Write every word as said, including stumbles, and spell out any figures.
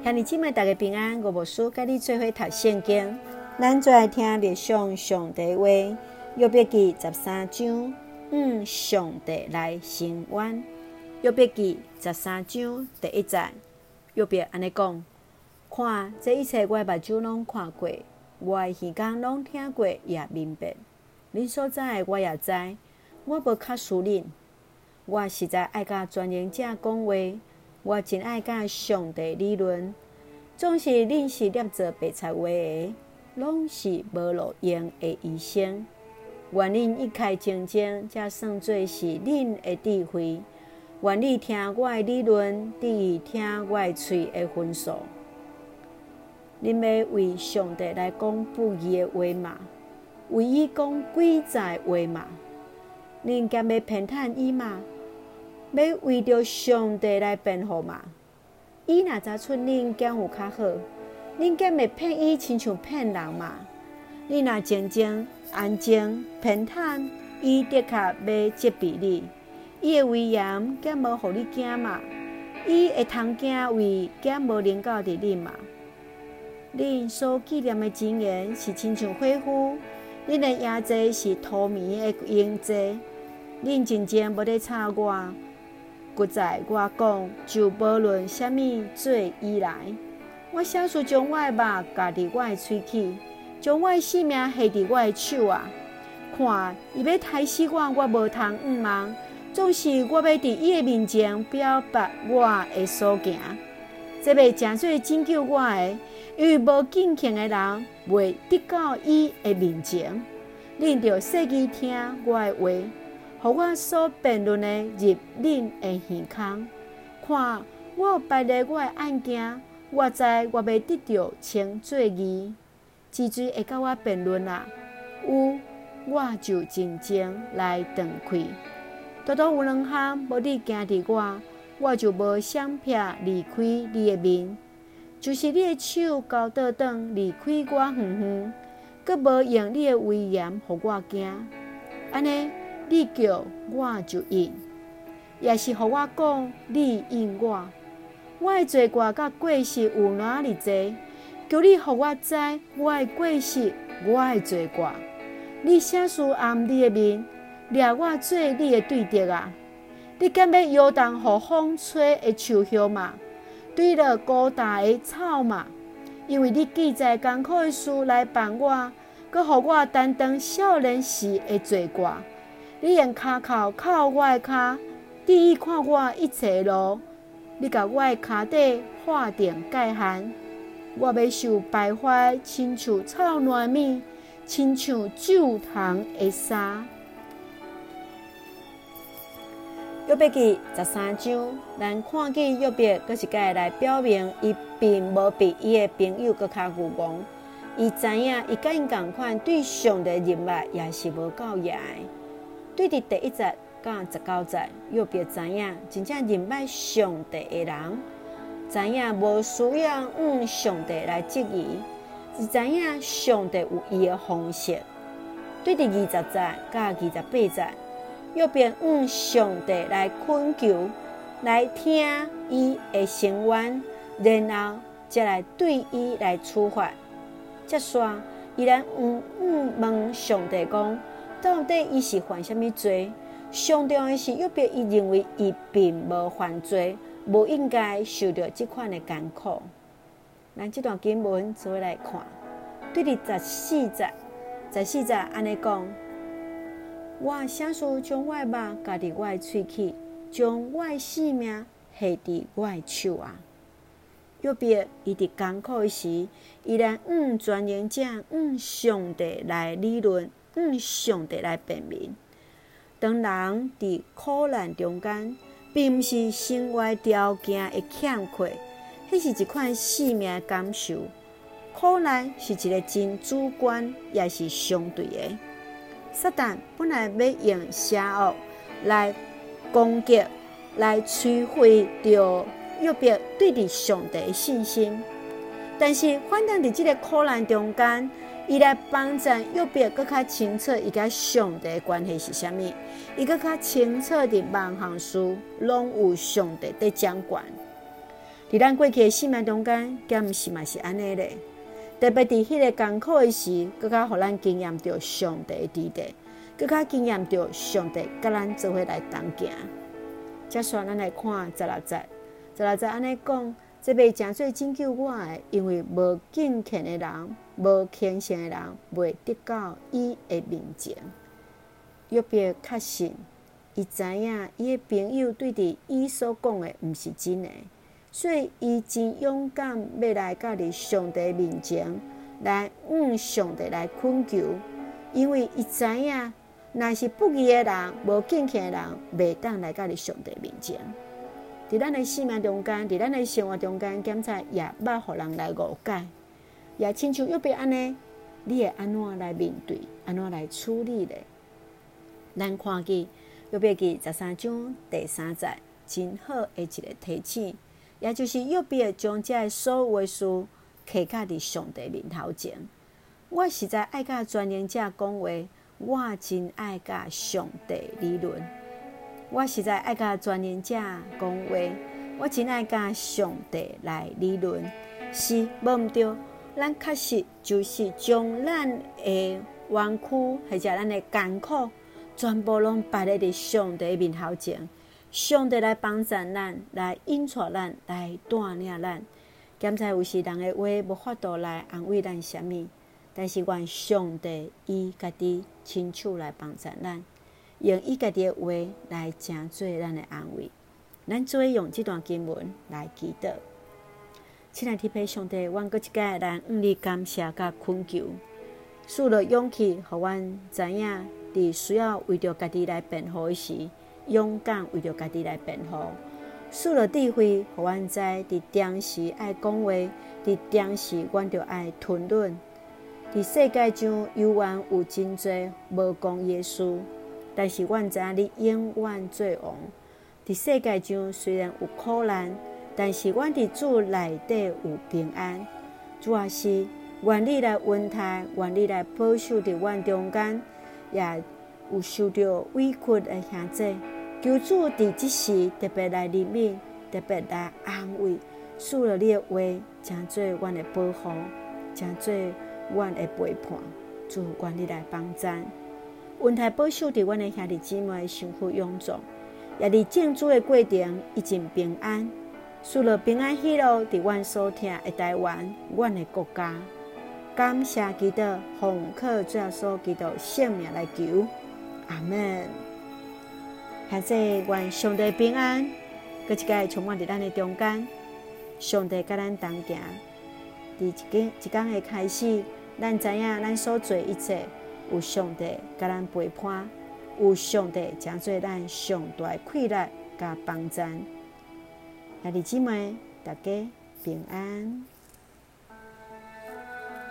兄弟姊妹大家平安，我无事甲你做伙读圣经。咱最爱听列上上帝话，约伯记十三章，嗯，上帝来伸冤。约伯记十三章第一节，约伯安尼讲：看这一切，我目睭拢看过，我的耳孔拢听过，也明白。恁所知的我也知，我无较输恁。我实在爱甲专业者讲话。我真爱甲上帝理论，总是恁是念做白菜话的，拢是无路用的医生。愿恁一开静静，才算做是恁的智慧。愿你听我的理论，注意听我的嘴的分数。恁要为上帝来讲不义的话嘛？为伊讲诡诈的话嘛？恁敢要偏袒伊嘛？要为着上帝来辩护嘛？伊若知出恁囝有较好，恁敢会骗伊亲像骗人嘛？你若静静安静偏袒，伊的确要责备你。伊的威严敢无互你惊嘛？伊会通惊为敢无能够伫恁嘛？恁所纪念的真言是亲像火虎，恁的野祭是土绵的鹰祭，恁真正无咧吵我。骨在我讲，就无论啥物做以来，我写书将我的肉夹伫我的喙齿，将我的性命下伫我的手啊！看伊要杀死我，我无通毋忙，总是我要伫伊的面前表白我的所行。这要真做拯救我的，因为无敬虔的人袂得到伊的面前。恁着细记听我的话。互我所辩论的入恁的耳孔，看我有摆咧我的案件，我知我要得到称做义。之水会甲我辩论啊，有我就真正来断开。多多有两项无你行伫我，我就无闪避离开你的面，就是你的手交倒转离开我远远，佮无用你的威严互我惊，安尼。你叫我就应，也是互我讲你应我。我的罪过甲过失有哪里多？求你互我知我的过失，我的罪过。你写书暗你的面，掠我做你的对敌啊！你敢要摇动互风吹的树叶嘛？对了高大的草嘛？因为你记载艰苦的事来办我，佮互我担当少年时的罪过。你用骹扣扣我的骹，注意看我一切路。你甲我的骹底划定界限，我要受败坏，亲像草烂米，亲像酒糖的沙。约伯记十三章，咱看见约伯，阁是甲来表明，伊并无比伊的朋友阁较牛戆。伊知影，伊甲因共款，对上帝认识也是无够野的。对伫第一节到十九节，约伯知影真正认识上帝的人，知影无需要向上帝来质疑，是知影上帝有伊的方式。对伫二十节到二十八节，约伯向上帝来恳求，来听伊的申冤，然后才来对伊来处罚。接煞，伊来向向问上帝讲。到底伊是犯什么罪？上重要的是，约伯伊认为伊并无犯罪，无应该受到这款的艰苦。咱这段经文做来看，对伫十四节，十四节安尼讲：我写书将我的肉夹伫我的喙齿，将我的性命下伫我的手啊！约伯伊伫艰苦的时，伊来向专业者、向上帝来理论。向上帝来辩明。当人伫苦难中间，并毋是生活条件的欠缺，迄是一款生命的感受。苦难是一个真主观，也是相对的。撒旦本来要用邪恶来攻击、来摧毁着约伯对伫上帝的信心，但是反正伫这个苦难中间。伊来帮助约伯，更较清楚伊甲上帝的关系是啥物？伊更较清楚伫万项事拢有上帝在掌管。 伫咱过去的生命中间，敢毋是嘛是安尼咧？特别伫迄个艰苦的时，更加互咱经验到上帝的指点，更加经验到上帝甲咱做伙来同行。接续咱来看十六节，十六节安尼讲，这袂诚做拯救我的，因为无敬虔的人、无虔诚的人，袂得到伊的面前。约伯确信，伊知影伊的朋友对伫伊所讲的毋是真的。所以，伊真勇敢，要来到伫上帝面前，来向上帝来恳求，因为伊知影，若是不义的人、无敬虔的人，袂当来到伫上帝面前。伫咱的生命中间，伫咱的生活中间，检查也捌互人来误解，也亲像约伯安尼，你会安怎来面对，安怎来处理咧？咱看见约伯记十三章第三节，真好的一个提醒。也就是约伯将这所有的事刻甲伫上帝面头前。我实在爱甲专业者讲话，我真爱甲上帝理论。我实在爱甲专业者讲话，我真爱甲上帝来理论。是无毋对，咱确实就是将咱的冤屈或者咱的艰苦，全部拢摆咧伫上帝面头前。上帝来帮助咱，来引带咱，来带领咱。检查有时人的话无法度来安慰咱啥物，但是愿上帝伊家己亲手来帮助咱，用伊家己的话来成做咱的安慰。咱做用这段经文来祈祷。亲爱的天父上帝，阮搁一摆来向你感谢甲恳求，赐了勇气，互阮知影伫需要为着家己来辩护的时，勇敢为着家己来辩护，赐了智慧，互阮知伫当时爱讲话，伫当时阮着爱吞忍。伫世界上犹原有真侪无公义的事，但是阮知影你永远做王。伫世界上虽然有苦难，但是阮伫主内底有平安。主要是愿你来恩待，愿你来保守伫阮中间，也有受到委屈的兄弟。求主伫即时特别来怜悯，特别来安慰，赐了你的话，诚做阮的保护，诚做阮的陪伴。主愿你来帮助，恩待保守伫阮的兄弟姊妹幸福永驻，也伫正主的过程一尽平安，赐了平安喜乐伫阮所听的台湾，阮的国家。感谢基督，奉靠主耶稣基督圣名来求，阿门。现在愿上帝平安，搁一摆充满伫咱的中间。上帝甲咱同行，伫一天一天的开始，咱知影咱所做一切有上帝甲咱陪伴，有上帝诚做咱上大的快乐甲帮助。兄弟姊妹，大家平安。